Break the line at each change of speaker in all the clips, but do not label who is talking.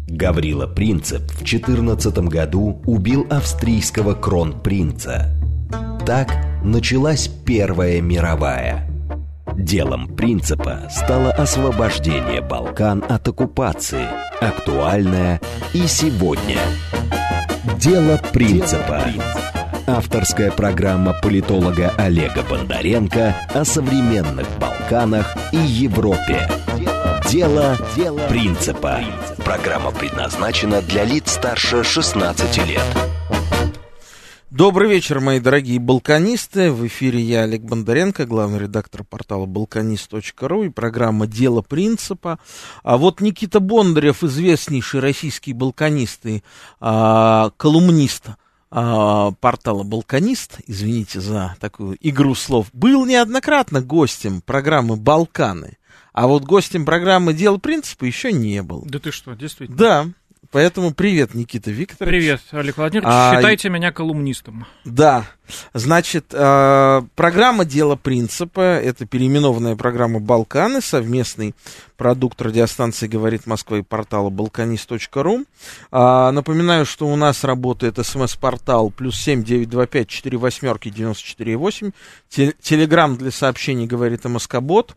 Гаврила Принцип в 14 году убил австрийского кронпринца. Так началась Первая мировая. Делом Принципа стало освобождение Балкан от оккупации, актуальное и сегодня. Дело Принципа. Авторская программа политолога Олега Бондаренко о современных Балканах и Европе. Дело Принципа. Программа предназначена для лиц старше 16 лет.
Добрый вечер, мои дорогие балканисты. В эфире я, Олег Бондаренко, главный редактор портала balkanist.ru и программа «Дело Принципа». А вот Никита Бондарев, известнейший российский балканист и колумнист портала «Балканист», извините за такую игру слов, был неоднократно гостем программы «Балканы». А вот гостем программы «Дело Принципа» еще не был.
Да ты что, действительно?
Да. Поэтому привет, Никита Викторович.
Привет, Олег Владимирович. Считайте меня колумнистом.
Да. Значит, программа «Дело Принципа» — это переименованная программа «Балканы», совместный продукт радиостанции «Говорит Москва» и портала balkanist.ru. Напоминаю, что у нас работает СМС-портал +7 925 48 94 8. Телеграм для сообщений «Говорит МСК-бот».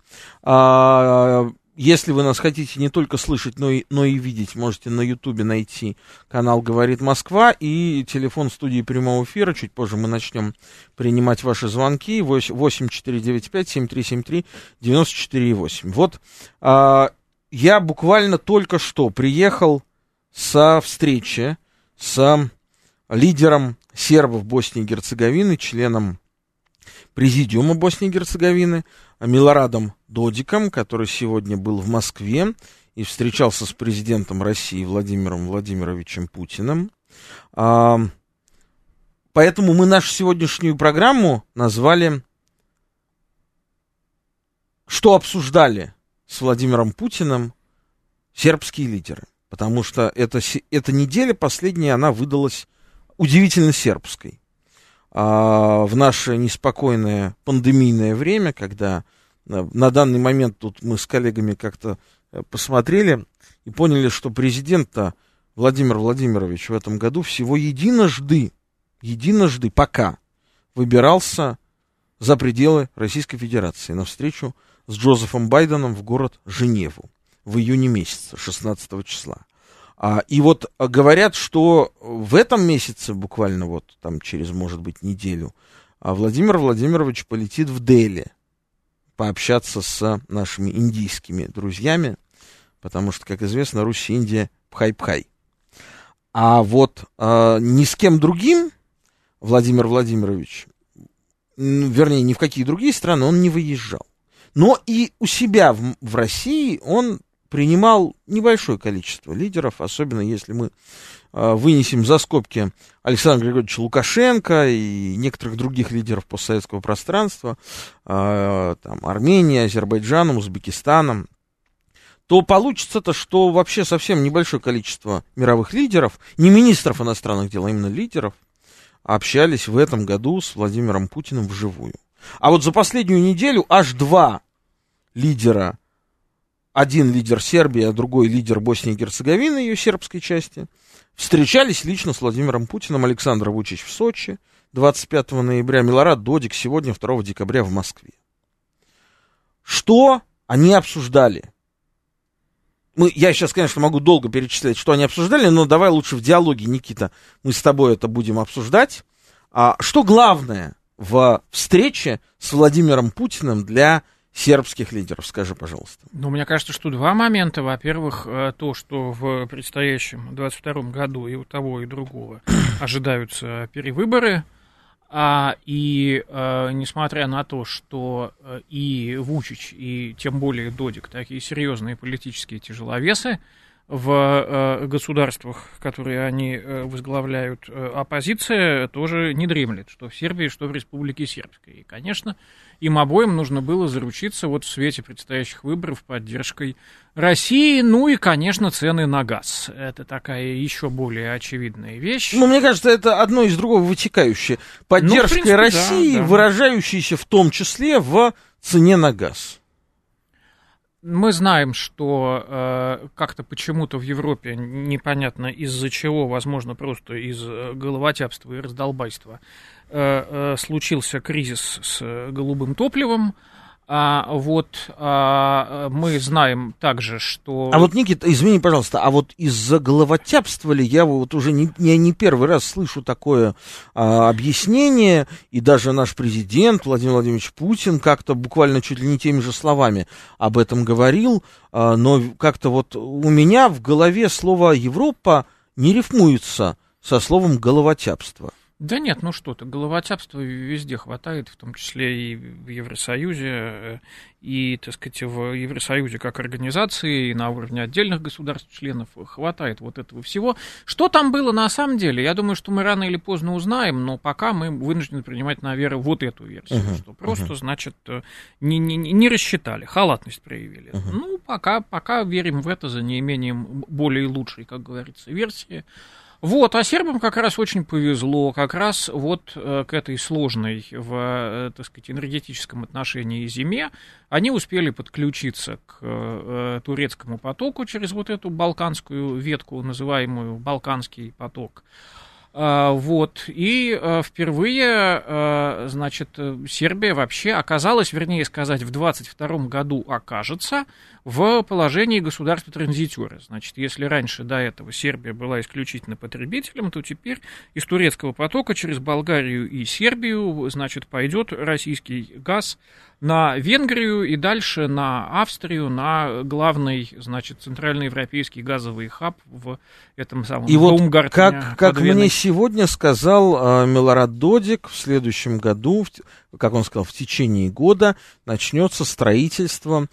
Если вы нас хотите не только слышать, но и видеть, можете на Ютубе найти канал «Говорит Москва» и телефон студии прямого эфира. Чуть позже мы начнем принимать ваши звонки. 8495-7373-94,8. Вот я буквально только что приехал со встречи с лидером сербов Боснии и Герцеговины, членом Президиума Боснии и Герцеговины, Милорадом Додиком, который сегодня был в Москве и встречался с президентом России Владимиром Владимировичем Путиным. Поэтому мы нашу сегодняшнюю программу назвали «Что обсуждали с Владимиром Путиным сербские лидеры?». Потому что эта неделя последняя, она выдалась удивительно сербской. В наше неспокойное пандемийное время, когда на данный момент тут мы с коллегами как-то посмотрели и поняли, что президент-то Владимир Владимирович в этом году всего единожды пока выбирался за пределы Российской Федерации на встречу с Джозефом Байденом в город Женеву в июне месяце, 16 числа. И вот говорят, что в этом месяце, буквально вот там через, может быть, неделю, Владимир Владимирович полетит в Дели пообщаться с нашими индийскими друзьями, потому что, как известно, Русь и Индия пхай-пхай. А вот ни с кем другим Владимир Владимирович, вернее, ни в какие другие страны он не выезжал. Но и у себя в России он принимал небольшое количество лидеров, особенно если мы вынесем за скобки Александра Григорьевича Лукашенко и некоторых других лидеров постсоветского пространства, там, Армения, Азербайджаном, Узбекистаном, то получится-то, что вообще совсем небольшое количество мировых лидеров, не министров иностранных дел, а именно лидеров, общались в этом году с Владимиром Путиным вживую. А вот за последнюю неделю аж два лидера, один лидер Сербии, а другой лидер Боснии и Герцеговины, ее сербской части, встречались лично с Владимиром Путиным. Александр Вучич в Сочи 25 ноября, Милорад Додик сегодня, 2 декабря в Москве. Что они обсуждали? Я сейчас, конечно, могу долго перечислять, что они обсуждали, но давай лучше в диалоге, Никита, мы с тобой это будем обсуждать. Что главное в встрече с Владимиром Путиным для сербских лидеров, скажи, пожалуйста.
Ну, мне кажется, что два момента. Во-первых, то, что в предстоящем 22-м году и у того, и другого ожидаются перевыборы. И несмотря на то, что и Вучич, и тем более Додик такие серьезные политические тяжеловесы в государствах, которые они возглавляют, оппозиция тоже не дремлет, что в Сербии, что в Республике Сербской. И, конечно, им обоим нужно было заручиться вот в свете предстоящих выборов поддержкой России, ну и, конечно, цены на газ. Это такая еще более очевидная вещь.
Ну, мне кажется, это одно из другого вытекающее. Поддержка в принципе, России, да. Выражающаяся в том числе в цене на газ.
Мы знаем, что как-то почему-то в Европе, непонятно из-за чего, возможно, просто из головотяпства и раздолбайства, случился кризис с голубым топливом. Мы знаем также, что...
А вот, Никита, извини, пожалуйста, а вот из-за головотяпства ли, я вот уже не первый раз слышу такое объяснение, и даже наш президент Владимир Владимирович Путин как-то буквально чуть ли не теми же словами об этом говорил, но как-то вот у меня в голове слово «Европа» не рифмуется со словом «головотяпство».
Да нет, ну что-то, головотяпства везде хватает, в том числе и в Евросоюзе, и, так сказать, в Евросоюзе как организации, и на уровне отдельных государств-членов хватает вот этого всего. Что там было на самом деле? Я думаю, что мы рано или поздно узнаем, но пока мы вынуждены принимать на веру вот эту версию, что просто, значит, не рассчитали, халатность проявили. Ну, пока верим в это за неимением более лучшей, как говорится, версии. Вот, а сербам как раз очень повезло, как раз вот к этой сложной в, так сказать, энергетическом отношении зиме они успели подключиться к турецкому потоку через вот эту балканскую ветку, называемую Балканский поток. Вот, и впервые, значит, Сербия вообще оказалась, вернее сказать, в 2022 году окажется в положении государства-транзитера. Значит, если раньше до этого Сербия была исключительно потребителем, то теперь из турецкого потока через Болгарию и Сербию, значит, пойдет российский газ на Венгрию и дальше на Австрию, на главный, значит, центральноевропейский газовый хаб в этом самом Баумгартене.
И вот как мне сегодня сказал Милорад Додик, в следующем году, как он сказал, в течение года начнется строительство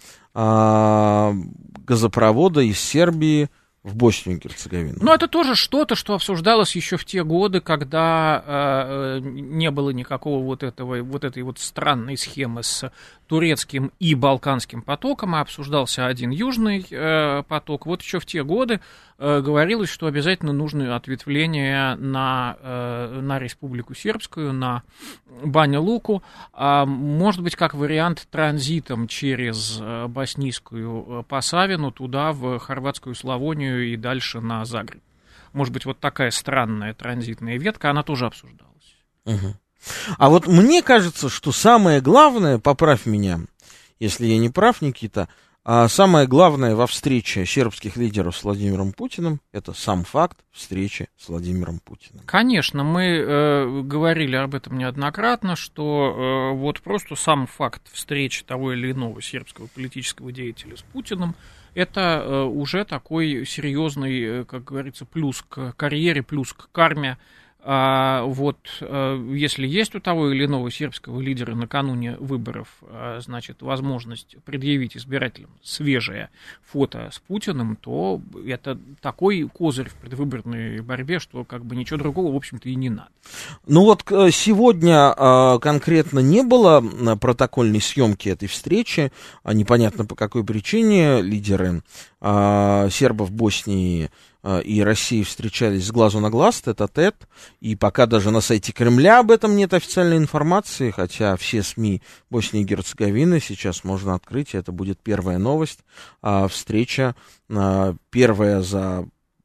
газопровода из Сербии в Боснию и Герцеговину.
Ну, это тоже что-то, что обсуждалось еще в те годы, когда не было никакого вот этой странной схемы с турецким и балканским потоком, а обсуждался один южный поток. Вот еще в те годы говорилось, что обязательно нужно ответвление на Республику Сербскую, на Баня-Луку, может быть, как вариант транзитом через Боснийскую Посавину туда, в хорватскую Славонию и дальше на Загреб. Может быть, вот такая странная транзитная ветка, она тоже обсуждалась.
Угу. А вот мне кажется, что самое главное, поправь меня, если я не прав, Никита, самое главное во встрече сербских лидеров с Владимиром Путиным — это сам факт встречи с Владимиром Путиным.
Конечно, мы говорили об этом неоднократно, что вот просто сам факт встречи того или иного сербского политического деятеля с Путиным — это уже такой серьезный, как говорится, плюс к карьере, плюс к карме. Вот, если есть у того или иного сербского лидера накануне выборов, значит, возможность предъявить избирателям свежее фото с Путиным, то это такой козырь в предвыборной борьбе, что как бы ничего другого, в общем-то, и не надо.
Ну вот сегодня конкретно не было протокольной съемки этой встречи, непонятно по какой причине. Лидеры сербов Боснии и России встречались с глазу на глаз, тет-а-тет, и пока даже на сайте Кремля об этом нет официальной информации, хотя все СМИ Боснии и Герцеговины сейчас можно открыть, и это будет первая новость, встреча первая за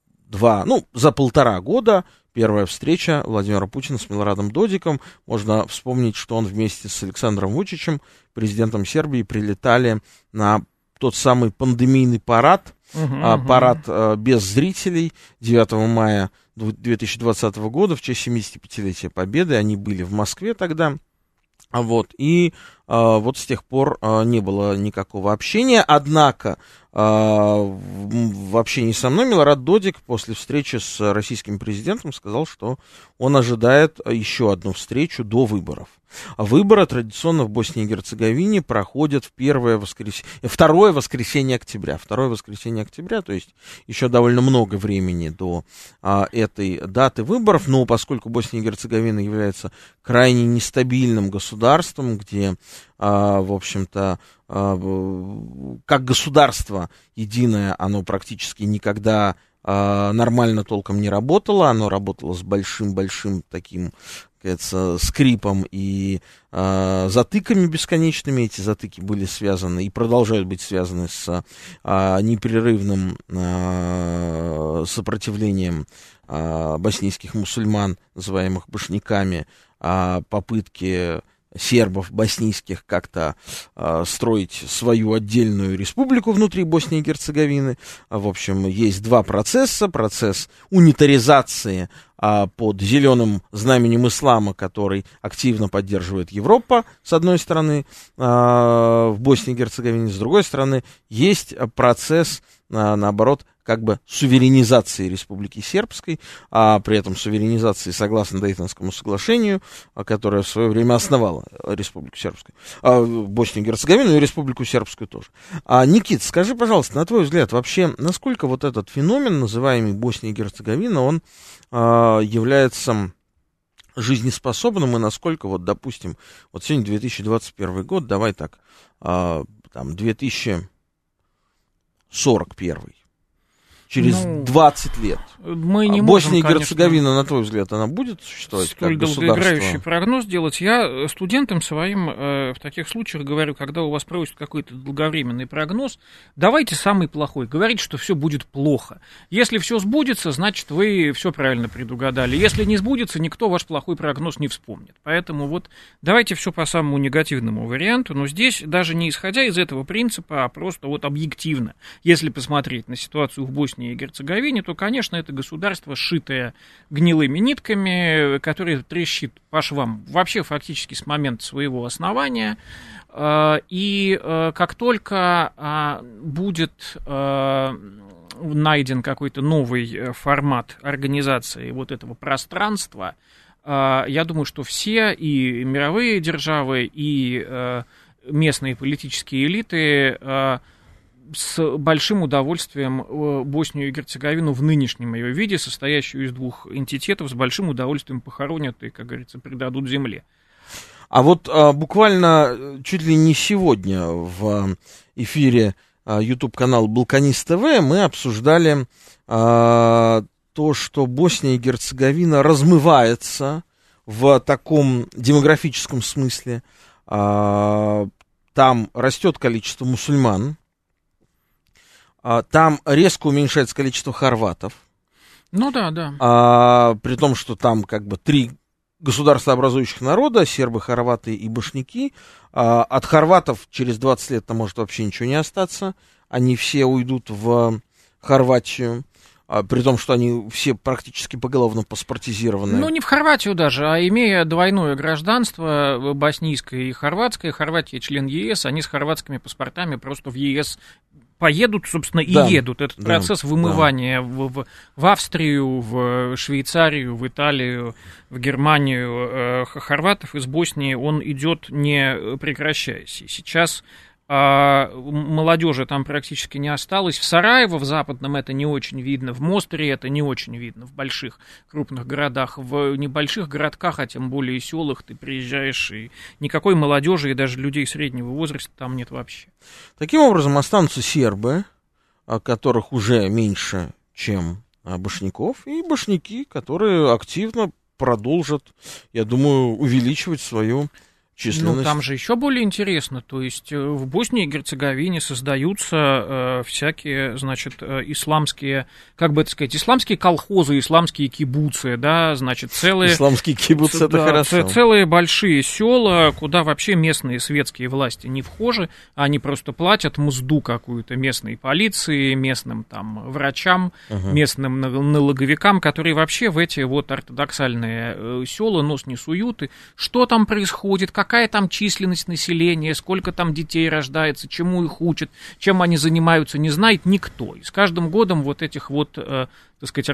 полтора года, первая встреча Владимира Путина с Милорадом Додиком. Можно вспомнить, что он вместе с Александром Вучичем, президентом Сербии, прилетали на тот самый пандемийный парад, парад без зрителей 9 мая 2020 года в честь 75-летия Победы. Они были в Москве тогда. Вот, и вот с тех пор не было никакого общения. Однако в общении со мной Милорад Додик после встречи с российским президентом сказал, что он ожидает еще одну встречу до выборов. Выборы традиционно в Боснии и Герцеговине проходят второе воскресенье октября. Второе воскресенье октября, то есть еще довольно много времени до этой даты выборов. Но поскольку Босния и Герцеговина является крайне нестабильным государством, где, в общем-то, как государство единое, оно практически никогда нормально толком не работало, оно работало с большим-большим таким, кажется, скрипом и затыками бесконечными. Эти затыки были связаны и продолжают быть связаны с непрерывным сопротивлением боснийских мусульман, называемых башняками, попытки сербов боснийских как-то строить свою отдельную республику внутри Боснии и Герцеговины. В общем, есть два процесса. Процесс унитаризации под зеленым знаменем ислама, который активно поддерживает Европа, с одной стороны, в Боснии и Герцеговине, с другой стороны, есть процесс, наоборот, как бы суверенизации Республики Сербской, а при этом суверенизации согласно Дейтонскому соглашению, которое в свое время основало Республику Сербскую, Боснию и Герцеговину и Республику Сербскую тоже. Никит, скажи, пожалуйста, на твой взгляд, вообще, насколько вот этот феномен, называемый Босния и Герцеговина, он является жизнеспособным, и насколько, вот, допустим, вот сегодня 2021 год, давай так, там, 2041, через 20 лет.
Мы не
Босния
можем,
и Герцеговина, на твой взгляд, она будет существовать
столь
как
долгоиграющий
государство?
прогноз делать. Я студентам своим в таких случаях говорю, когда у вас просят какой-то долговременный прогноз, давайте самый плохой. Говорите, что все будет плохо. Если все сбудется, значит, вы все правильно предугадали. Если не сбудется, никто ваш плохой прогноз не вспомнит. Поэтому вот давайте все по самому негативному варианту. Но здесь даже не исходя из этого принципа, а просто вот объективно. Если посмотреть на ситуацию в Боснии и Герцеговине, то, конечно, это государство, сшитое гнилыми нитками, которое трещит по швам вообще фактически с момента своего основания. И как только будет найден какой-то новый формат организации вот этого пространства, я думаю, что все, и мировые державы, и местные политические элиты с большим удовольствием Боснию и Герцеговину в нынешнем ее виде, состоящую из двух энтитетов, с большим удовольствием похоронят и, как говорится, предадут земле.
А вот буквально чуть ли не сегодня в эфире YouTube-канала «Балканист ТВ» мы обсуждали то, что Босния и Герцеговина размывается в таком демографическом смысле. Там растет количество мусульман, там резко уменьшается количество хорватов.
Ну да, да.
При том, что там как бы три государствообразующих народа, сербы, хорваты и башняки. От хорватов через 20 лет там может вообще ничего не остаться. Они все уйдут в Хорватию. При том, что они все практически поголовно паспортизированы.
Ну, не в Хорватию даже, а имея двойное гражданство, боснийское и хорватское. Хорватия член ЕС, они с хорватскими паспортами просто в ЕС поедут, собственно, и да, едут. Этот процесс вымывания в Австрию, в Швейцарию, в Италию, в Германию хорватов из Боснии, он идет не прекращаясь. И сейчас молодежи там практически не осталось. В Сараево, в Западном, это не очень видно. В Мостре это не очень видно. В больших крупных городах. В небольших городках, а тем более и селах, ты приезжаешь, и никакой молодежи, и даже людей среднего возраста там нет вообще.
Таким образом, останутся сербы, которых уже меньше, чем башняков, и башняки, которые активно продолжат, я думаю, увеличивать свою численность.
Ну, там же еще более интересно, то есть в Боснии и Герцеговине создаются всякие, значит, исламские, как бы это сказать, исламские колхозы, исламские кибуцы, да, значит, целые...
Исламские кибуцы, это хорошо.
Целые большие села, куда вообще местные светские власти не вхожи, они просто платят мзду какую-то местной полиции, местным там врачам, местным налоговикам, которые вообще в эти вот ортодоксальные села нос не суют, и что там происходит, какая там численность населения, сколько там детей рождается, чему их учат, чем они занимаются, не знает никто. И с каждым годом вот этих вот, так сказать,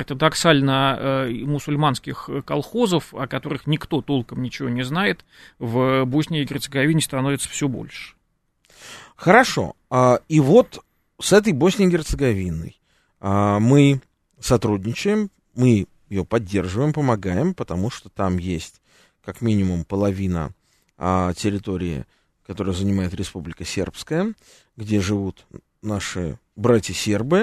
ортодоксально-мусульманских колхозов, о которых никто толком ничего не знает, в Боснии и Герцеговине становится все больше.
Хорошо. И вот с этой Боснией и Герцеговиной мы сотрудничаем, мы ее поддерживаем, помогаем, потому что там есть как минимум половина территории, которую занимает Республика Сербская, где живут наши братья-сербы,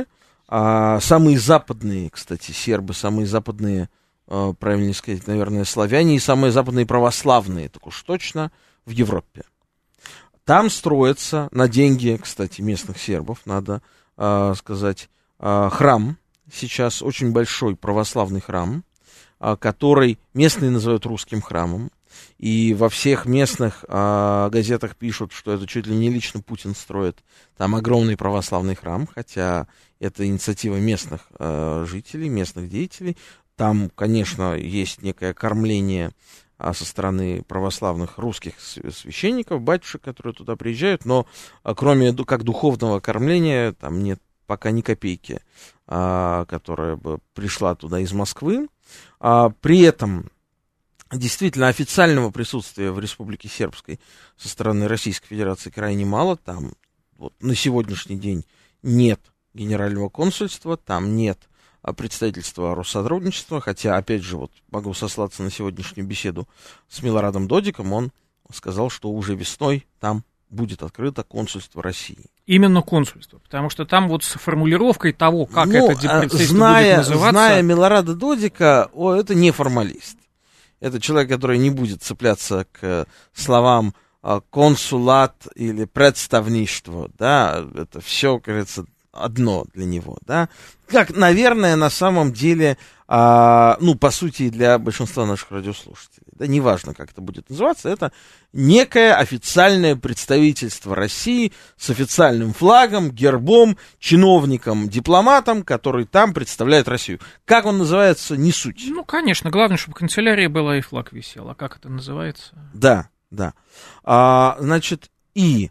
самые западные, кстати, сербы, самые западные, правильнее сказать, наверное, славяне, и самые западные православные, так уж точно, в Европе. Там строится на деньги, кстати, местных сербов, надо сказать, храм, сейчас очень большой православный храм, который местные называют русским храмом, и во всех местных газетах пишут, что это чуть ли не лично Путин строит там огромный православный храм, хотя это инициатива местных жителей, местных деятелей. Там, конечно, есть некое кормление со стороны православных русских священников, батюшек, которые туда приезжают, но кроме как духовного кормления там нет пока ни копейки, которая бы пришла туда из Москвы. При этом действительно официального присутствия в Республике Сербской со стороны Российской Федерации крайне мало. Там вот, на сегодняшний день нет генерального консульства, там нет представительства Россотрудничества, хотя, опять же, вот могу сослаться на сегодняшнюю беседу с Милорадом Додиком, он сказал, что уже весной там будет открыто консульство России.
Именно консульство, потому что там вот с формулировкой того, как это представительство будет называться...
Зная Милорада Додика, это не формалист. Это человек, который не будет цепляться к словам консулат или представничество, да, это все, кажется, одно для него, да, как, наверное, на самом деле, по сути, и для большинства наших радиослушателей, да, неважно, как это будет называться, это некое официальное представительство России с официальным флагом, гербом, чиновником, дипломатом, который там представляет Россию. Как он называется, не суть.
Ну, конечно, главное, чтобы канцелярия была и флаг висел, а как это называется?
Да. Значит, и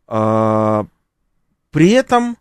при этом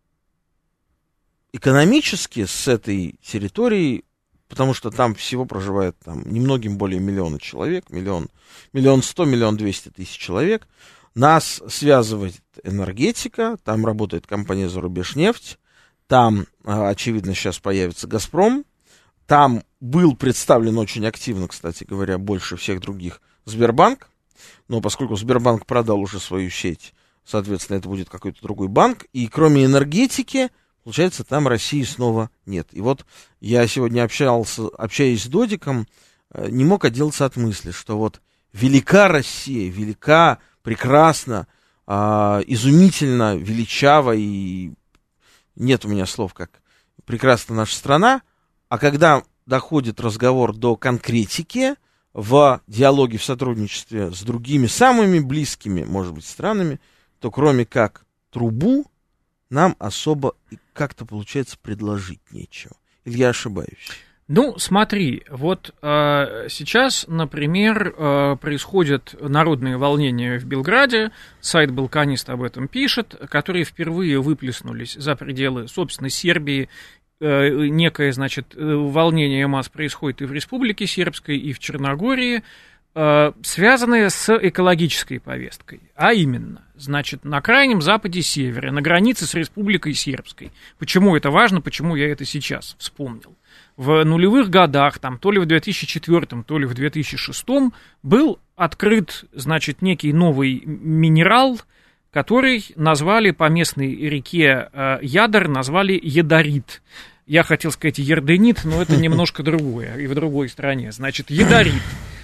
экономически с этой территорией, потому что там всего проживает там немногим более миллиона человек, 1 100 000 200 000 человек, нас связывает энергетика, там работает компания «Зарубежнефть», там, очевидно, сейчас появится «Газпром», там был представлен очень активно, кстати говоря, больше всех других Сбербанк, но поскольку Сбербанк продал уже свою сеть, соответственно, это будет какой-то другой банк, и кроме энергетики, получается, там России снова нет. И вот я сегодня общаясь с Додиком, не мог отделаться от мысли, что вот велика Россия, велика, прекрасна, изумительно, величава, и нет у меня слов, как прекрасна наша страна, а когда доходит разговор до конкретики, в диалоге, в сотрудничестве с другими самыми близкими, может быть, странами, то кроме как трубу нам особо как-то, получается, предложить нечего. Или я ошибаюсь?
Ну, смотри, вот сейчас, например, происходят народные волнения в Белграде, сайт «Балканист» об этом пишет, которые впервые выплеснулись за пределы, собственно, Сербии. Некое, значит, волнение масс происходит и в Республике Сербской, и в Черногории, связанные с экологической повесткой. А именно, значит, на крайнем западе севера, на границе с Республикой Сербской. Почему это важно, почему я это сейчас вспомнил? В нулевых годах, там, то ли в 2004, то ли в 2006, был открыт, значит, некий новый минерал, который назвали по местной реке Ядар, назвали ядарит. Я хотел сказать ярденит, но это немножко другое, и в другой стране. Значит, ядарит.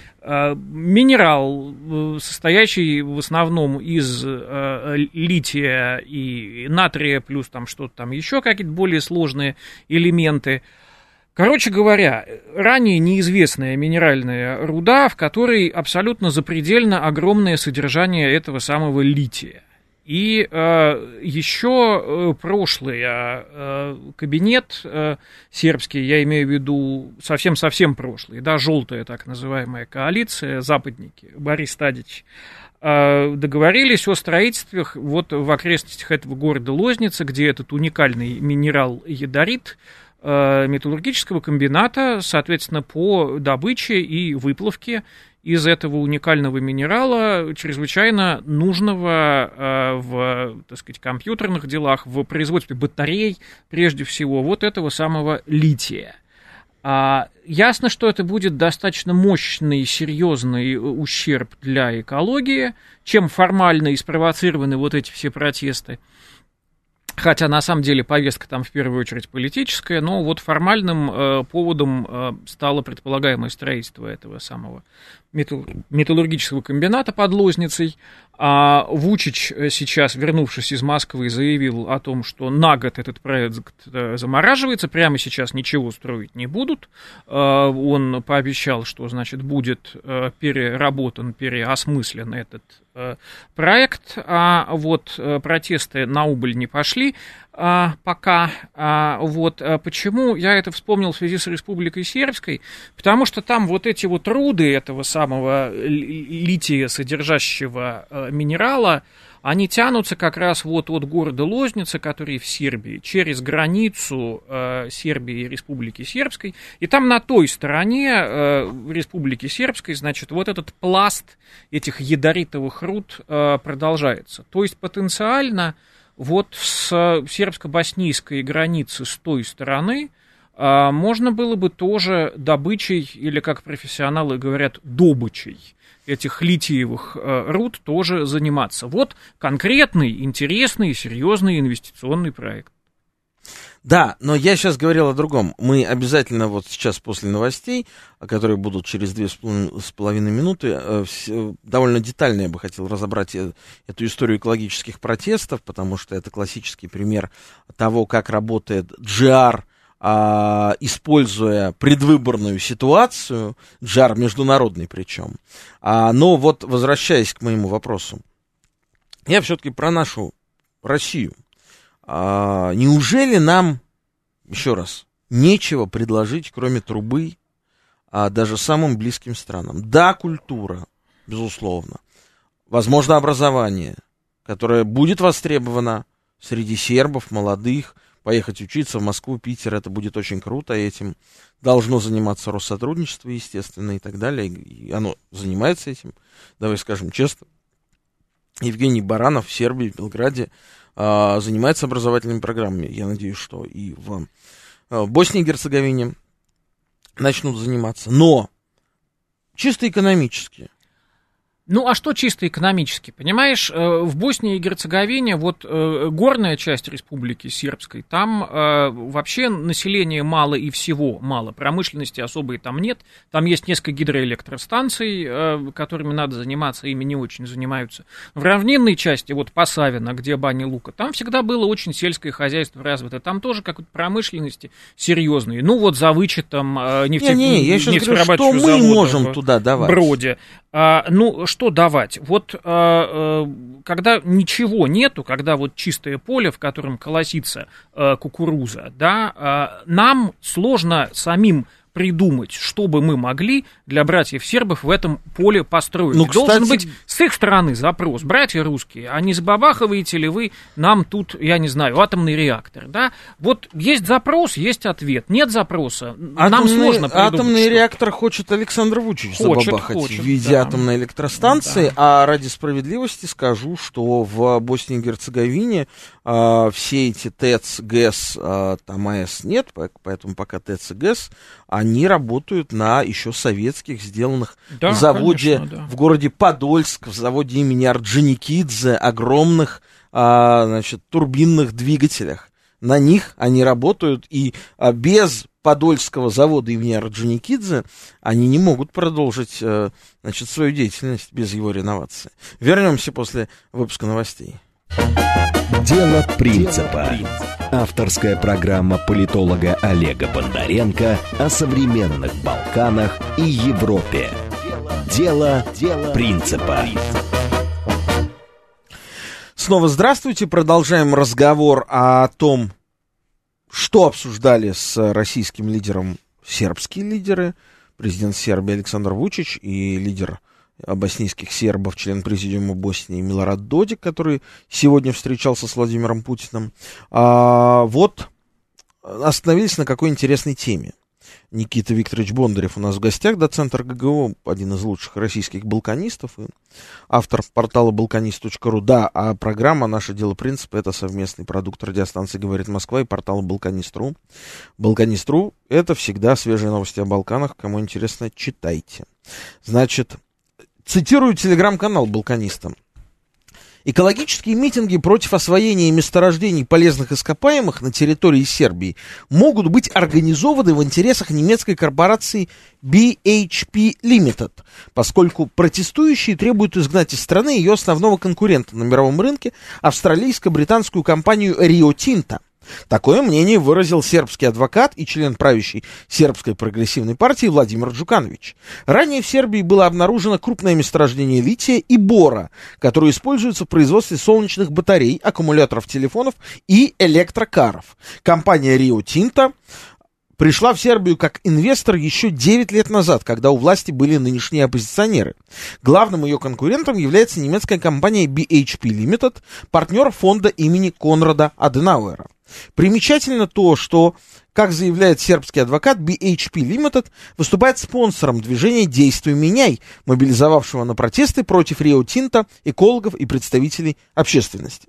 Минерал, состоящий в основном из лития и натрия, плюс там что-то там еще, какие-то более сложные элементы. Короче говоря, ранее неизвестная минеральная руда, в которой абсолютно запредельно огромное содержание этого самого лития. И еще прошлый кабинет сербский, я имею в виду совсем-совсем прошлый, да, желтая так называемая коалиция, западники, Борис Тадич, договорились о строительстве вот в окрестностях этого города Лозница, где этот уникальный минерал ядарит, металлургического комбината, соответственно, по добыче и выплавке из этого уникального минерала, чрезвычайно нужного в, так сказать, компьютерных делах, в производстве батарей, прежде всего, вот этого самого лития. Ясно, что это будет достаточно мощный и серьезный ущерб для экологии, чем формально и спровоцированы вот эти все протесты. Хотя, на самом деле, повестка там в первую очередь политическая, но вот формальным поводом стало предполагаемое строительство этого самого металлургического комбината под Лозницей. А Вучич сейчас, вернувшись из Москвы, заявил о том, что на год этот проект замораживается, прямо сейчас ничего строить не будут. Он пообещал, что, значит, будет переработан, переосмыслен этот проект, а вот протесты на убыль не пошли пока. Вот почему я это вспомнил в связи с Республикой Сербской, потому что там вот эти вот руды этого самого лития содержащего минерала, они тянутся как раз вот от города Лозница, который в Сербии, через границу Сербии и Республики Сербской. И там на той стороне Республики Сербской, значит, вот этот пласт этих ядоритовых руд продолжается. То есть потенциально вот с сербско-боснийской границы с той стороны можно было бы тоже добычей, или, как профессионалы говорят, добычей этих литиевых руд тоже заниматься. Вот конкретный, интересный, серьезный инвестиционный проект.
Да, но я сейчас говорил о другом. Мы обязательно вот сейчас после новостей, которые будут через 2,5 минуты, довольно детально я бы хотел разобрать эту историю экологических протестов, потому что это классический пример того, как работает GR, используя предвыборную ситуацию, GR международный причем. Но вот возвращаясь к моему вопросу, я все-таки про нашу Россию. Неужели нам, еще раз, нечего предложить, кроме трубы, даже самым близким странам? Да, культура, безусловно. Возможно, образование, которое будет востребовано среди сербов, молодых. Поехать учиться в Москву, Питер, это будет очень круто. Этим должно заниматься Россотрудничество, естественно, и так далее. И оно занимается этим, давай скажем честно. Евгений Баранов в Сербии, в Белграде, занимается образовательными программами. Я надеюсь, что и в Боснии и Герцеговине начнут заниматься. Но чисто экономически.
Ну, а что чисто экономически? Понимаешь, в Боснии и Герцеговине, вот горная часть Республики Сербской, там вообще населения мало и всего мало. Промышленности особой там нет. Там есть несколько гидроэлектростанций, которыми надо заниматься, ими не очень занимаются. В равнинной части, вот Посавино, где Бани Лука, там всегда было очень сельское хозяйство развито. Там тоже какой-то промышленности серьезные. Ну, вот за вычетом нефтеперерабатывающего завода
мы можем туда давать?
Броде. Ну, что давать? Вот когда ничего нету, когда вот чистое поле, в котором колосится кукуруза, да, нам сложно самим придумать, что бы мы могли для братьев сербов в этом поле построить. Ну, кстати... Должен быть с их стороны запрос. Братья русские, а не забабахиваете ли вы нам тут, я не знаю, атомный реактор, да? Вот есть запрос, есть ответ. Нет запроса, нам сложно придумать.
Атомный реактор хочет Александр Вучич забабахать в виде атомной электростанции, а ради справедливости скажу, что в Боснии и Герцеговине все эти ТЭЦ, ГЭС, там АЭС нет, поэтому пока ТЭЦ и ГЭС, они работают на еще советских, сделанных в заводе, конечно, да, в городе Подольск, в заводе имени Орджоникидзе, огромных, значит, турбинных двигателях. На них они работают, и без Подольского завода имени Орджоникидзе они не могут продолжить, значит, свою деятельность без его реновации. Вернемся после выпуска новостей.
Дело принципа. Авторская программа политолога Олега Бондаренко о современных Балканах и Европе. Дело принципа.
Снова здравствуйте. Продолжаем разговор о том, что обсуждали с российским лидером сербские лидеры. Президент Сербии Александр Вучич и лидер боснийских сербов, член президиума Боснии Милорад Додик, который сегодня встречался с Владимиром Путиным. Вот остановились на какой интересной теме. Никита Викторович Бондарев у нас в гостях, доцент РГГУ, один из лучших российских балканистов, и автор портала balkanist.ru. Да, а программа «Наше дело принципа» — это совместный продукт радиостанции «Говорит Москва» и портала Balkanist.ru. Balkanist.ru — это всегда свежие новости о Балканах. Кому интересно, читайте. Значит, цитирую телеграм-канал «Балканиста». Экологические митинги против освоения месторождений полезных ископаемых на территории Сербии могут быть организованы в интересах немецкой корпорации BHP Limited, поскольку протестующие требуют изгнать из страны ее основного конкурента на мировом рынке, австралийско-британскую компанию Rio Tinto. Такое мнение выразил сербский адвокат и член правящей сербской прогрессивной партии Владимир Джуканович. Ранее в Сербии было обнаружено крупное месторождение лития и бора, которое используется в производстве солнечных батарей, аккумуляторов телефонов и электрокаров. Компания Rio Tinto пришла в Сербию как инвестор еще 9 лет назад, когда у власти были нынешние оппозиционеры. Главным ее конкурентом является немецкая компания BHP Limited, партнер фонда имени Конрада Аденауэра. Примечательно то, что, как заявляет сербский адвокат, BHP Limited выступает спонсором движения «Действуй, меняй», мобилизовавшего на протесты против Rio Tinto экологов и представителей общественности.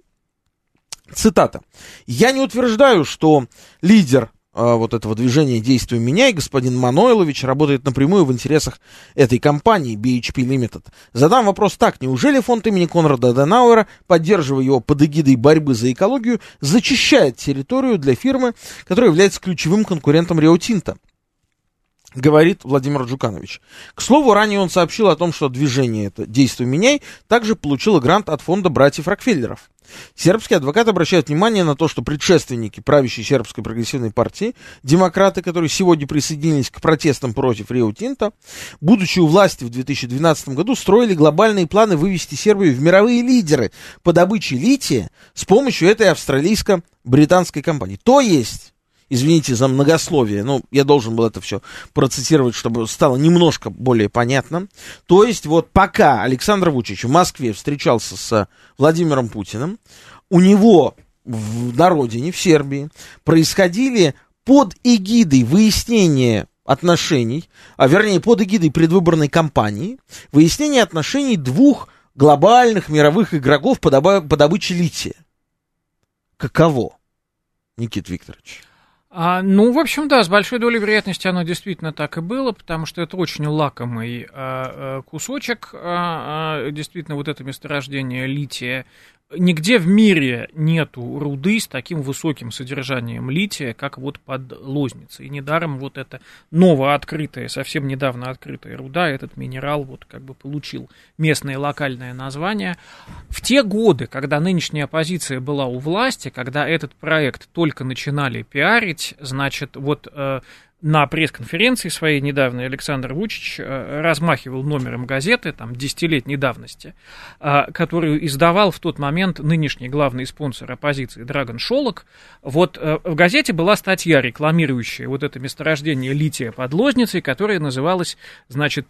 Цитата. «Я не утверждаю, что лидер вот этого движения «Действуй, меняй», господин Манойлович, работает напрямую в интересах этой компании BHP Limited. Задам вопрос так: неужели фонд имени Конрада Аденауэра, поддерживая его под эгидой борьбы за экологию, зачищает территорию для фирмы, которая является ключевым конкурентом Rio Tinto? Говорит Владимир Джуканович. К слову, ранее он сообщил о том, что движение это «Действуй, меняй» также получило грант от фонда братьев Рокфеллеров. Сербский адвокат обращает внимание на то, что предшественники правящей сербской прогрессивной партии, демократы, которые сегодня присоединились к протестам против Rio Tinto, будучи у власти в 2012 году, строили глобальные планы вывести Сербию в мировые лидеры по добыче лития с помощью этой австралийско-британской компании. То есть, извините за многословие, но я должен был это все процитировать, чтобы стало немножко более понятно. То есть, вот пока Александр Вучич в Москве встречался с Владимиром Путиным, у него на родине, в Сербии, происходили под эгидой выяснения отношений, вернее, под эгидой предвыборной кампании, выяснение отношений двух глобальных мировых игроков по добыче лития. Каково, Никита Викторович?
Ну, в общем, да, с большой долей вероятности оно действительно так и было, потому что это очень лакомый кусочек, действительно, вот это месторождение лития. Нигде в мире нету руды с таким высоким содержанием лития, как вот под Лозницей. И недаром вот эта новооткрытая, совсем недавно открытая руда, этот минерал вот как бы получил местное локальное название. В те годы, когда нынешняя оппозиция была у власти, когда этот проект только начинали пиарить, значит, вот на пресс-конференции своей недавней Александр Вучич размахивал номером газеты, там, 10-летней давности, которую издавал в тот момент нынешний главный спонсор оппозиции Драган Шолок. Вот в газете была статья, рекламирующая вот это месторождение лития под Лозницей, которая называлась, значит,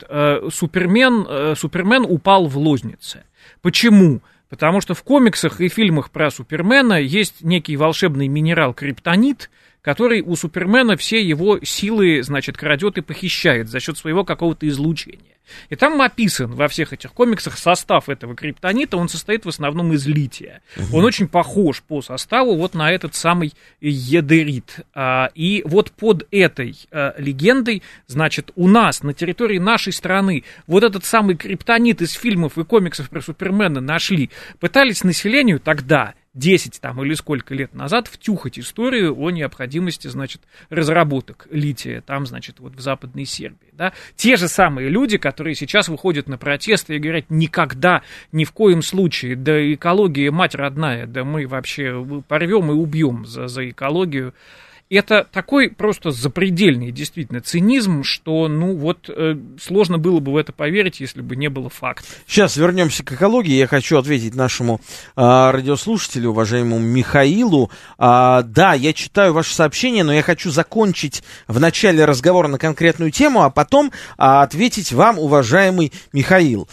«Супермен упал в Лознице». Почему? Потому что в комиксах и фильмах про Супермена есть некий волшебный минерал криптонит, который у Супермена все его силы, значит, крадет и похищает за счет своего какого-то излучения. И там описан во всех этих комиксах состав этого криптонита, он состоит в основном из лития. Он очень похож по составу вот на этот самый ядерит. И вот под этой легендой, значит, у нас на территории нашей страны вот этот самый криптонит из фильмов и комиксов про Супермена нашли. Пытались населению тогда, 10 там или сколько лет назад, втюхать историю о необходимости, значит, разработок лития там, значит, вот в Западной Сербии, да. Те же самые люди, которые сейчас выходят на протесты и говорят: никогда, ни в коем случае, да экология мать родная, да мы вообще порвем и убьем за экологию. Это такой просто запредельный действительно цинизм, что, ну вот, сложно было бы в это поверить, если бы не было фактов.
Сейчас вернемся к экологии. Я хочу ответить нашему радиослушателю, уважаемому Михаилу. Да, я читаю ваше сообщение, но я хочу закончить в начале разговора на конкретную тему, а потом ответить вам, уважаемый Михаил.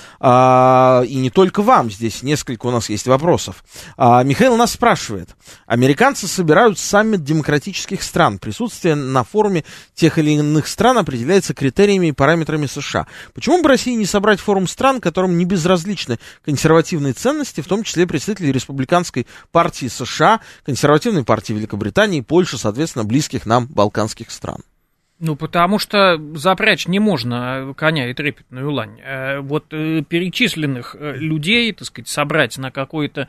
И не только вам, здесь несколько у нас есть вопросов. Михаил нас спрашивает. Американцы собирают саммит демократических стран. Присутствие на форуме тех или иных стран определяется критериями и параметрами США. Почему бы России не собрать форум стран, которым не безразличны консервативные ценности, в том числе представителей Республиканской партии США, консервативной партии Великобритании, Польши, соответственно, близких нам балканских стран?
Ну, потому что запрячь не можно коня и трепетную лань. Вот перечисленных людей, так сказать, собрать на какое-то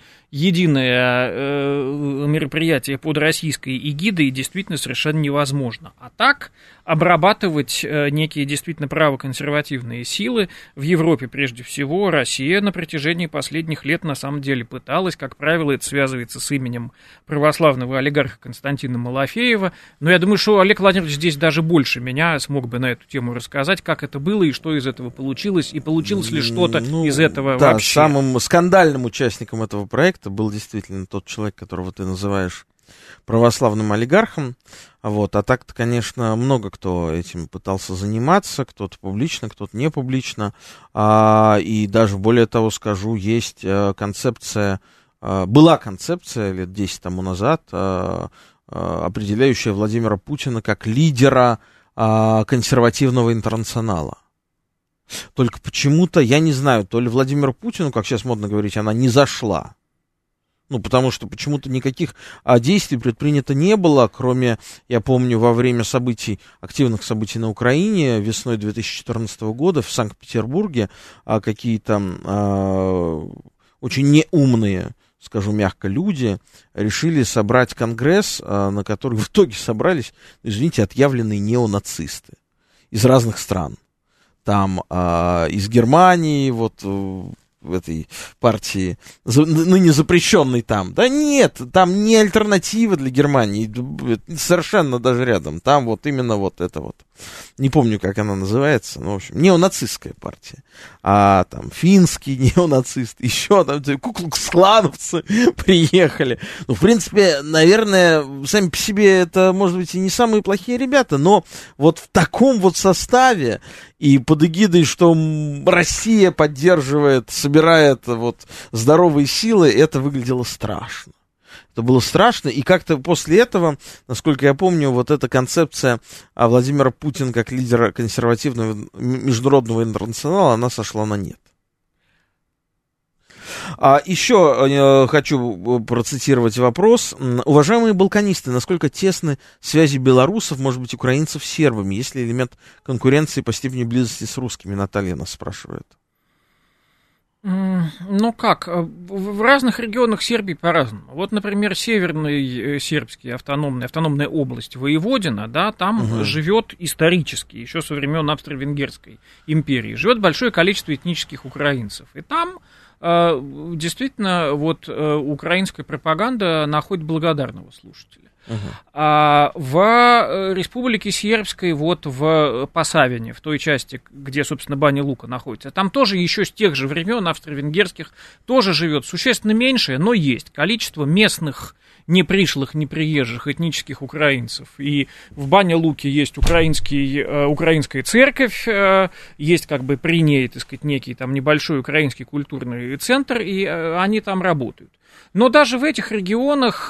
единое мероприятие под российской эгидой действительно совершенно невозможно. А так обрабатывать некие действительно правоконсервативные силы в Европе, прежде всего, Россия на протяжении последних лет на самом деле пыталась. Как правило, это связывается с именем православного олигарха Константина Малафеева. Но я думаю, что Олег Владимирович здесь даже больше меня смог бы на эту тему рассказать, как это было и что из этого получилось, и получилось ли что-то из этого вообще.
Самым скандальным участником этого проекта был действительно тот человек, которого ты называешь православным олигархом. Вот. А так-то, конечно, много кто этим пытался заниматься, кто-то публично, кто-то не публично. И даже более того скажу, есть концепция, была концепция лет 10 тому назад, определяющая Владимира Путина как лидера консервативного интернационала. Только почему-то, я не знаю, то ли Владимиру Путину, как сейчас модно говорить, она не зашла. Ну, потому что почему-то никаких действий предпринято не было, кроме, я помню, во время событий, активных событий на Украине весной 2014 года в Санкт-Петербурге какие-то очень неумные, скажу мягко, люди решили собрать конгресс, на который в итоге собрались, извините, отъявленные неонацисты из разных стран. Там из Германии, вот в этой партии, ныне запрещенной там. Да нет, там не альтернатива для Германии, совершенно даже рядом. Там вот именно вот это вот. Не помню, как она называется, но, в общем, неонацистская партия. А там финские неонацисты, еще там куклукс-клановцы приехали. Ну, в принципе, наверное, сами по себе это, может быть, и не самые плохие ребята, но вот в таком вот составе и под эгидой, что Россия поддерживает, собирает вот здоровые силы, это выглядело страшно. Это было страшно, и как-то после этого, насколько я помню, вот эта концепция Владимира Путина как лидера консервативного международного интернационала, она сошла на нет. Еще хочу процитировать вопрос. Уважаемые балканисты, насколько тесны связи белорусов, может быть, украинцев с сербами? Есть ли элемент конкуренции по степени близости с русскими? Наталья нас спрашивает.
Ну как, в разных регионах Сербии по-разному. Вот, например, северный сербский автономная область Воеводина, да, там живет исторически, еще со времен Австро-Венгерской империи, живет большое количество этнических украинцев. И там действительно вот украинская пропаганда находит благодарного слушателя. В Республике Сербской, вот в Посавине, в той части, где, собственно, Баня Лука находится, там тоже еще с тех же времен австро-венгерских тоже живет существенно меньшее, но есть количество местных непришлых, неприезжих этнических украинцев. И в Бане-Луке есть украинская церковь, есть как бы при ней, так сказать, некий там небольшой украинский культурный центр, и они там работают. Но даже в этих регионах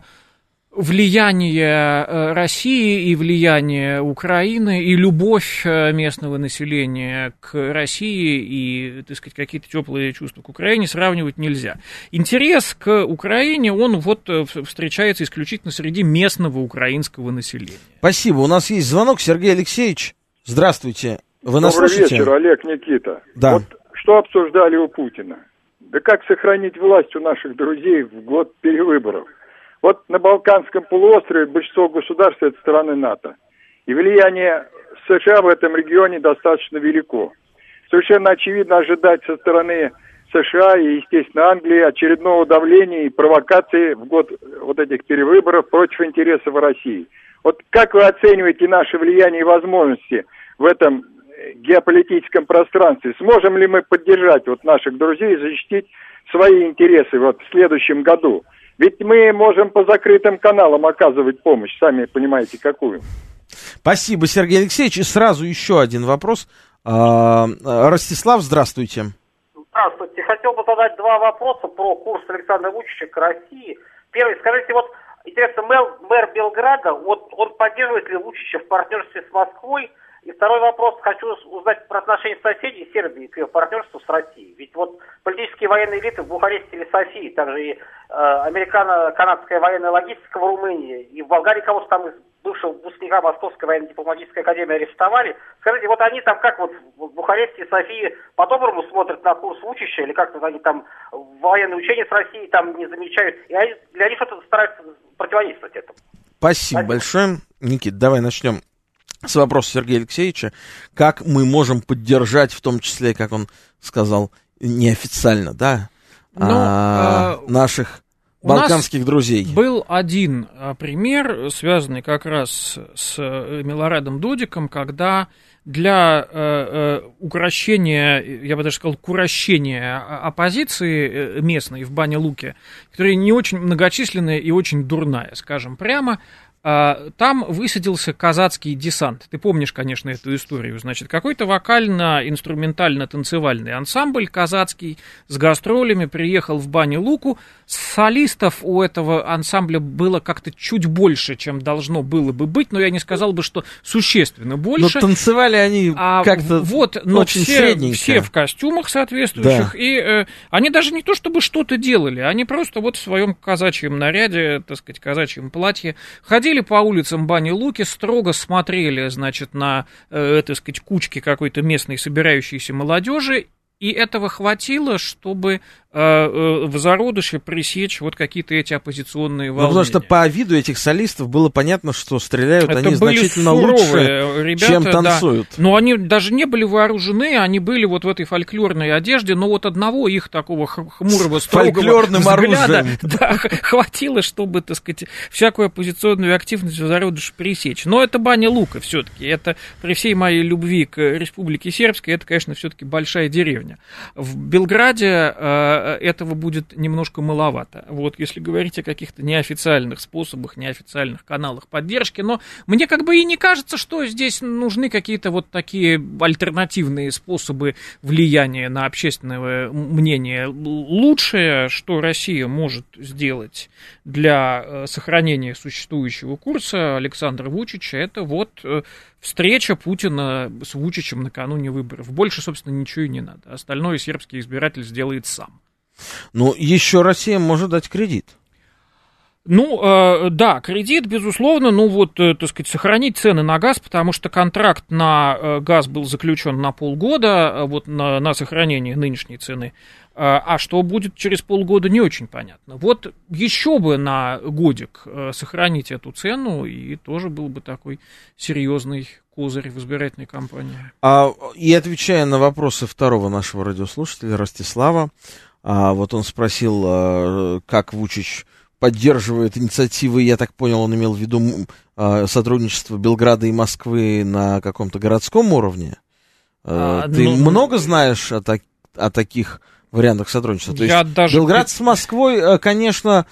влияние России и влияние Украины и любовь местного населения к России и, так сказать, какие-то теплые чувства к Украине сравнивать нельзя. Интерес к Украине, он вот встречается исключительно среди местного украинского населения.
Спасибо. У нас есть звонок. Сергей Алексеевич, здравствуйте. Вы нас
Добрый
слышите?
вечер, Олег, Никита.
Да.
Вот что обсуждали у Путина? Да как сохранить власть у наших друзей в год перевыборов? Вот на Балканском полуострове большинство государств — это страны НАТО. И влияние США в этом регионе достаточно велико. Совершенно очевидно ожидать со стороны США и, естественно, Англии очередного давления и провокации в год вот этих перевыборов против интересов России. Вот как вы оцениваете наше влияние и возможности в этом геополитическом пространстве? Сможем ли мы поддержать вот наших друзей и защитить свои интересы вот в следующем году? Ведь мы можем по закрытым каналам оказывать помощь, сами понимаете, какую.
Спасибо, Сергей Алексеевич. И сразу еще один вопрос. Ростислав, здравствуйте.
Здравствуйте. Хотел бы задать два вопроса про курс Александра Вучича к России. Первый, скажите, вот, интересно, мэр Белграда, вот он поддерживает ли Вучича в партнерстве с Москвой? И второй вопрос, хочу узнать про отношения соседей Сербии к ее партнерству с Россией. Ведь вот политические военные элиты в Бухаресте или Софии, также и американо-канадская военная логистика в Румынии, и в Болгарии кого-то там из бывшего выпускника Московской военно-дипломатической академии арестовали. Скажите, вот они там как вот в Бухаресте и Софии по-доброму смотрят на курс Вучича, или как-то они там военные учения с Россией там не замечают, и они что-то стараются противодействовать этому.
Спасибо большое. Никит, давай начнем с вопроса Сергея Алексеевича. Как мы можем поддержать, в том числе, как он сказал, неофициально, да, наших балканских друзей?
Был один пример, связанный как раз с Милорадом Додиком, когда для укрощения, я бы даже сказал, курощения оппозиции местной в Бане-Луке, которая не очень многочисленная и очень дурная, скажем прямо, там высадился казацкий десант. Ты помнишь, конечно, эту историю. Значит, какой-то вокально-инструментально-танцевальный ансамбль казацкий с гастролями приехал в Баню-Луку. Солистов у этого ансамбля было как-то чуть больше, чем должно было бы быть, но я не сказал бы, что существенно больше.
Но танцевали они как-то очень средненько.
Все в костюмах соответствующих, да. И они даже не то чтобы что-то делали, они просто вот в своем казачьем наряде, так сказать, казачьем платье ходили по улицам Бани-Луки, строго смотрели, значит, на, так сказать, кучки какой-то местной собирающейся молодежи, и этого хватило, чтобы в зародыше пресечь вот какие-то эти оппозиционные волнения.
Потому что по виду этих солистов было понятно, что стреляют они значительно лучше,
ребята,
чем танцуют.
Да. Но они даже не были вооружены, они были вот в этой фольклорной одежде, но вот одного их такого хмурого, строгого взгляда хватило, чтобы, так сказать, всякую оппозиционную активность в зародыше пресечь. Но это Баня-Лука все-таки. Это при всей моей любви к Республике Сербской, это, конечно, все-таки большая деревня. В Белграде этого будет немножко маловато. Вот, если говорить о каких-то неофициальных способах, неофициальных каналах поддержки, но мне как бы и не кажется, что здесь нужны какие-то вот такие альтернативные способы влияния на общественное мнение. Лучшее, что Россия может сделать для сохранения существующего курса Александра Вучича, это вот встреча Путина с Вучичем накануне выборов. Больше, собственно, ничего и не надо. Остальное сербский избиратель сделает сам.
Ну, еще Россия может дать кредит.
Ну, да, кредит, безусловно, ну вот, так сказать, сохранить цены на газ, потому что контракт на газ был заключен на полгода, вот на сохранение нынешней цены, а что будет через полгода, не очень понятно. Вот еще бы на годик сохранить эту цену, и тоже был бы такой серьезный козырь в избирательной кампании.
И отвечая на вопросы второго нашего радиослушателя, Ростислава, вот он спросил, как Вучич поддерживает инициативы, я так понял, он имел в виду сотрудничество Белграда и Москвы на каком-то городском уровне. Ты много знаешь о таких вариантах сотрудничества? То есть даже... Белград с Москвой, конечно,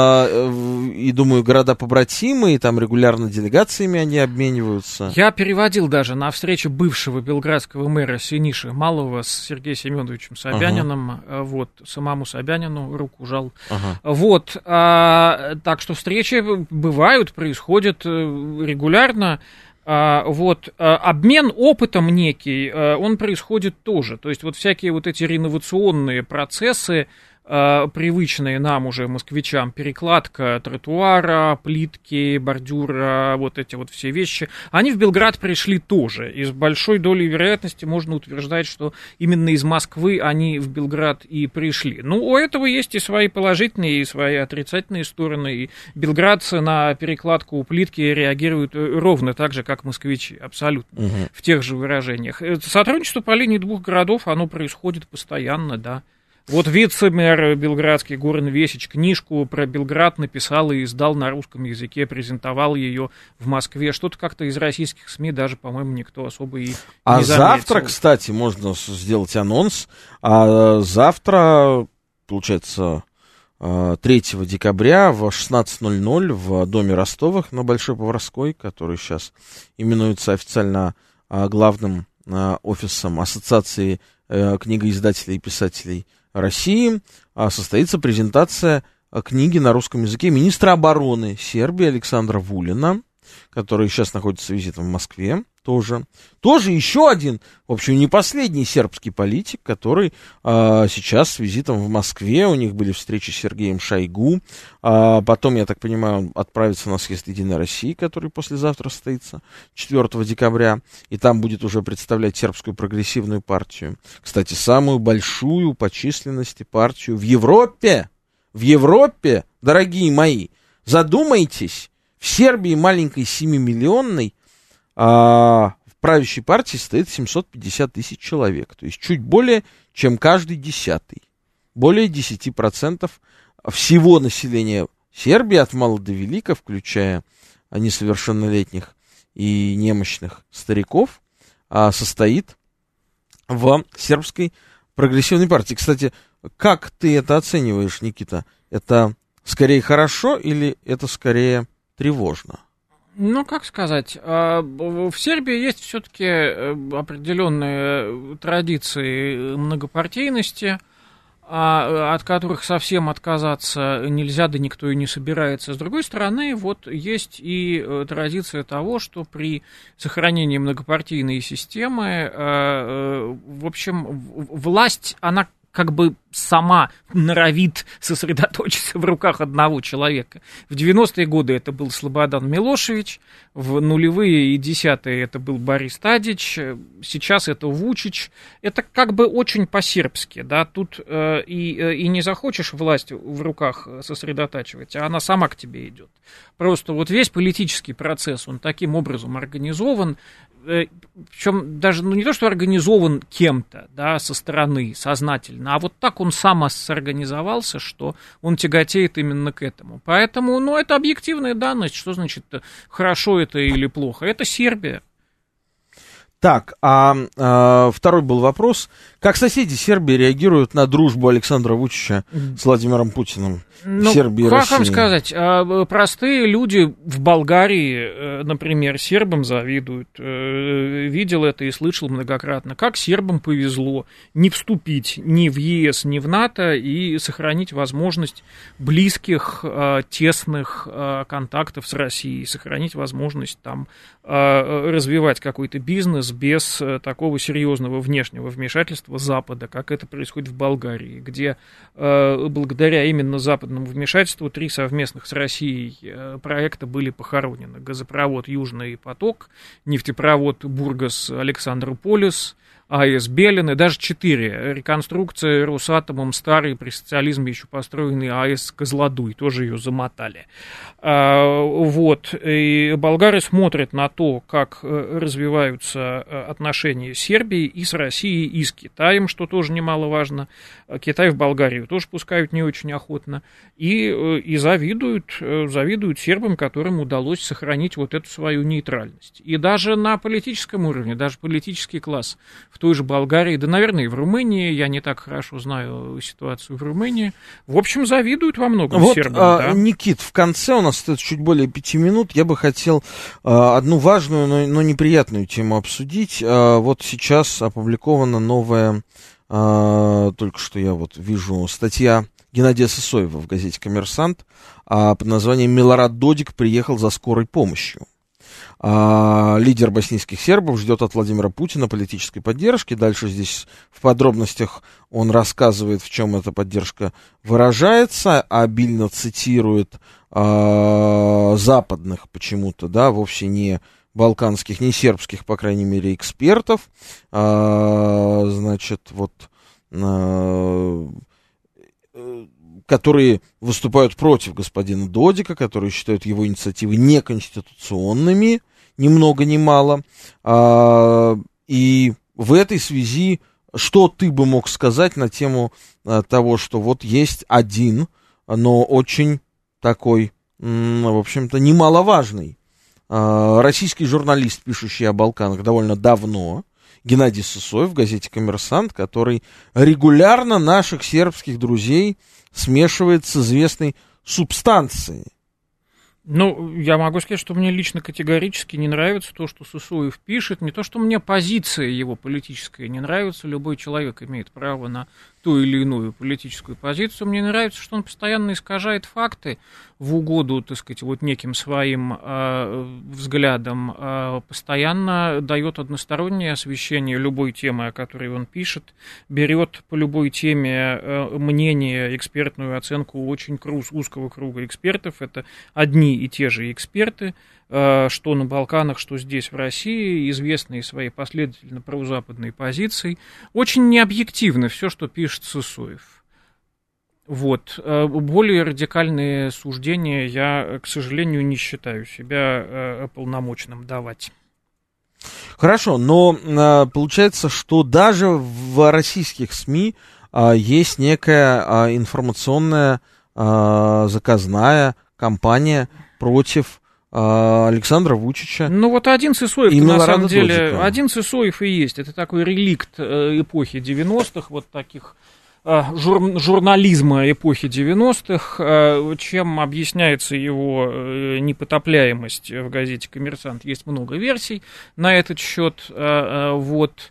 и, думаю, города-побратимы, и там регулярно делегациями они обмениваются.
Я переводил даже на встрече бывшего белградского мэра Синиши Малова с Сергеем Семеновичем Собяниным, вот, самому Собянину руку жал. Вот, так что встречи бывают, происходят регулярно. Вот, обмен опытом некий, он происходит тоже. То есть вот всякие вот эти реновационные процессы, привычные нам уже, москвичам, перекладка тротуара, плитки, бордюра, вот эти вот все вещи, они в Белград пришли тоже. И с большой долей вероятности можно утверждать, что именно из Москвы они в Белград и пришли. Ну, у этого есть и свои положительные, и свои отрицательные стороны. И белградцы на перекладку плитки реагируют ровно так же, как москвичи, абсолютно, в тех же выражениях. Сотрудничество по линии двух городов, оно происходит постоянно, да. Вот вице-мэр белградский Горан Весич книжку про Белград написал и издал на русском языке, презентовал ее в Москве. Что-то как-то из российских СМИ даже, по-моему, никто особо и не заметил.
Завтра, кстати, можно сделать анонс. Завтра, получается, 3 декабря в 16:00 в доме Ростовых на Большой Поварской, который сейчас именуется официально главным офисом Ассоциации книгоиздателей и писателей России, состоится презентация книги на русском языке министра обороны Сербии Александра Вулина. который сейчас находится с визитом в Москве, тоже еще один, в общем, не последний сербский политик, который сейчас с визитом в Москве, у них были встречи с Сергеем Шойгу, потом, я так понимаю, он отправится на съезд Единой России, который послезавтра состоится, 4 декабря, и там будет уже представлять сербскую прогрессивную партию. Кстати, самую большую по численности партию в Европе, дорогие мои, задумайтесь, в Сербии маленькой 7-миллионной в правящей партии стоит 750 тысяч человек, то есть чуть более, чем каждый 10-й. Более 10% всего населения Сербии от мала до велика, включая несовершеннолетних и немощных стариков, состоит в сербской прогрессивной партии. Кстати, как ты это оцениваешь, Никита? Это скорее хорошо или это скорее тревожно?
Ну, как сказать, в Сербии есть все-таки определенные традиции многопартийности, от которых совсем отказаться нельзя, да никто и не собирается. С другой стороны, вот есть и традиция того, что при сохранении многопартийной системы, в общем, власть, она как бы сама норовит сосредоточиться в руках одного человека. В 90-е годы это был Слободан Милошевич, в нулевые и десятые это был Борис Тадич, сейчас это Вучич. Это как бы очень по-сербски, да, тут и не захочешь власть в руках сосредотачивать, а она сама к тебе идет. Просто вот весь политический процесс, он таким образом организован, причем даже не то, что организован кем-то, да, со стороны, сознательно, а вот так он сам сорганизовался, что он тяготеет именно к этому. Поэтому, ну, это объективная данность, что значит, хорошо это или плохо. Это Сербия.
Так, второй был вопрос. Как соседи Сербии реагируют на дружбу Александра Вучича с Владимиром Путиным в Сербии и России?
Как вам сказать, простые люди в Болгарии, например, сербам завидуют. Видел это и слышал многократно. Как сербам повезло не вступить ни в ЕС, ни в НАТО и сохранить возможность близких, тесных контактов с Россией, сохранить возможность там развивать какой-то бизнес без такого серьезного внешнего вмешательства Запада, как это происходит в Болгарии, где благодаря именно западному вмешательству 3 совместных с Россией проекта были похоронены. Газопровод «Южный поток», нефтепровод Бургас-Александрополис, АЭС Белин и даже 4. Реконструкция Росатомом старый, при социализме еще построенный АЭС Козлодуй, тоже ее замотали. Вот. И болгары смотрят на то, как развиваются отношения с Сербией и с Россией, и с Китаем, что тоже немаловажно. Китай в Болгарию тоже пускают не очень охотно. И завидуют сербам, которым удалось сохранить вот эту свою нейтральность. И даже на политическом уровне, даже политический класс в той же Болгарии, да, наверное, и в Румынии, я не так хорошо знаю ситуацию в Румынии, в общем, завидуют во многом
вот,
сербам. Да?
Никит, в конце у нас остается чуть более 5 минут, я бы хотел одну важную, но неприятную тему обсудить. Вот сейчас опубликована новая, только что я вот вижу, статья Геннадия Сысоева в газете «Коммерсант» под названием «Милорад Додик приехал за скорой помощью». Лидер боснийских сербов ждет от Владимира Путина политической поддержки. Дальше здесь в подробностях он рассказывает, в чем эта поддержка выражается, обильно цитирует западных почему-то, да, вовсе не балканских, не сербских, по крайней мере, экспертов. Значит, вот... которые выступают против господина Додика, которые считают его инициативы неконституционными, ни много ни мало. И в этой связи, что ты бы мог сказать на тему того, что вот есть один, но очень такой, в общем-то, немаловажный российский журналист, пишущий о Балканах довольно давно, Геннадий Сысоев в газете «Коммерсант», который регулярно наших сербских друзей смешивает с известной субстанцией.
Ну, я могу сказать, что мне лично категорически не нравится то, что Сысоев пишет. Не то, что мне позиция его политическая не нравится. Любой человек имеет право на ту или иную политическую позицию. Мне нравится, что он постоянно искажает факты в угоду, так сказать, вот неким своим взглядам, постоянно дает одностороннее освещение любой темы, о которой он пишет, берет по любой теме мнение, экспертную оценку очень узкого круга экспертов. Это одни и те же эксперты, что на Балканах, что здесь, в России, известные своей последовательно прозападной позицией. Очень необъективно все, что пишет Сысоев. Вот. Более радикальные суждения я, к сожалению, не считаю себя полномочным давать.
Хорошо, но получается, что даже в российских СМИ есть некая информационная заказная кампания против Александра Вучича.
Ну вот один Сысоев, на самом деле, один Сысоев и есть. Это такой реликт эпохи 90-х, вот таких журнализма эпохи 90-х. Чем объясняется его непотопляемость в газете «Коммерсант»? Есть много версий на этот счет. Вот.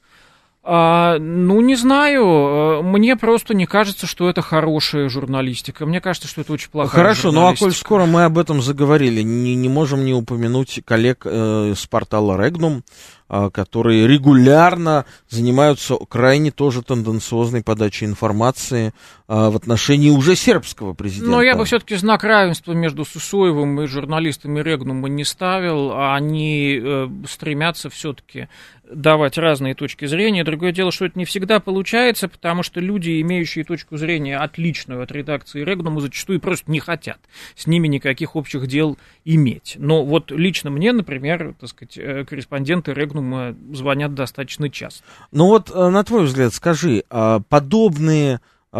Ну, не знаю, мне просто не кажется, что это хорошая журналистика. Мне кажется, что это очень плохая
журналистика. Хорошо, ну а коль скоро мы об этом заговорили, не можем не упомянуть коллег с портала Regnum, которые регулярно занимаются крайне тоже тенденциозной подачей информации в отношении уже сербского президента.
Но я бы все-таки знак равенства между Сысоевым и журналистами Регнума не ставил. Они стремятся все-таки давать разные точки зрения. Другое дело, что это не всегда получается, потому что люди, имеющие точку зрения отличную от редакции Регнума, зачастую просто не хотят с ними никаких общих дел иметь. Но вот лично мне, например, так сказать, корреспонденты Регнума звонят достаточно часто.
Ну вот, на твой взгляд, скажи, подобные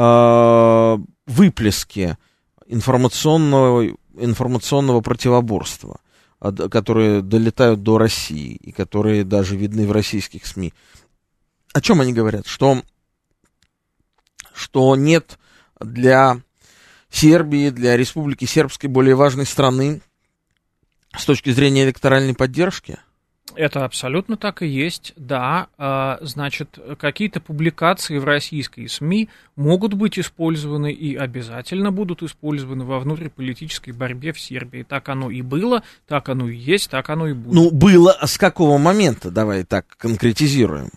выплески информационного противоборства, которые долетают до России и которые даже видны в российских СМИ, о чем они говорят? Что нет для Сербии, для Республики Сербской более важной страны с точки зрения электоральной поддержки?
Это абсолютно так и есть, да. Значит, какие-то публикации в российской СМИ могут быть использованы и обязательно будут использованы во внутриполитической борьбе в Сербии. Так оно и было, так оно и есть, так оно и будет.
Ну, было, а с какого момента? Давай так конкретизируем.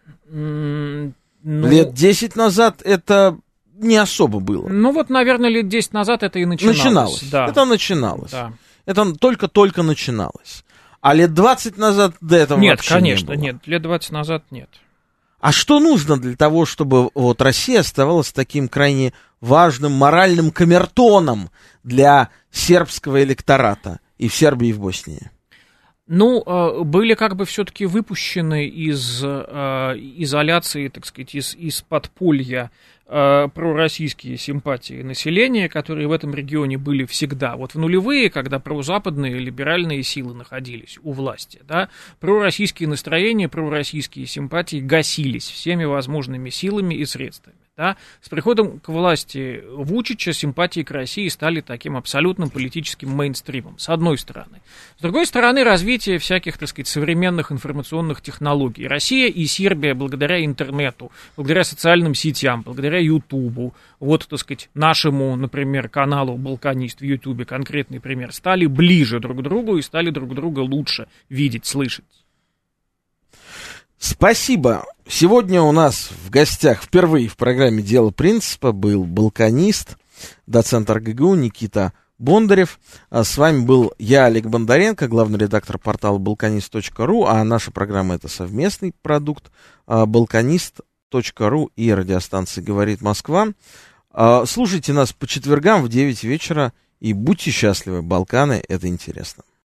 Лет 10 назад это не особо было.
Ну, вот, наверное, лет 10 назад это и начиналось. Да.
Это начиналось.
Да.
Это только-только начиналось. А лет 20 назад до этого
нет,
вообще
конечно,
не было.
Нет, лет 20 назад нет.
А что нужно для того, чтобы вот Россия оставалась таким крайне важным моральным камертоном для сербского электората и в Сербии, и в Боснии?
Ну, были как бы все-таки выпущены из изоляции, так сказать, из подполья пророссийские симпатии населения, которые в этом регионе были всегда. Вот в нулевые, когда прозападные либеральные силы находились у власти, да, пророссийские настроения, пророссийские симпатии гасились всеми возможными силами и средствами. Да. С приходом к власти Вучича симпатии к России стали таким абсолютным политическим мейнстримом, с одной стороны. С другой стороны, развитие всяких, так сказать, современных информационных технологий. Россия и Сербия благодаря интернету, благодаря социальным сетям, благодаря Ютубу, вот, так сказать, нашему, например, каналу «Балканист» в Ютубе, конкретный пример, стали ближе друг к другу и стали друг друга лучше видеть, слышать.
Спасибо. Сегодня у нас в гостях впервые в программе «Дело принципа» был балканист, доцент РГГУ Никита Бондарев. С вами был я, Олег Бондаренко, главный редактор портала balkanist.ru, а наша программа — это совместный продукт balkanist.ru и радиостанции «Говорит Москва». Слушайте нас по четвергам в 9 вечера и будьте счастливы. Балканы — это интересно.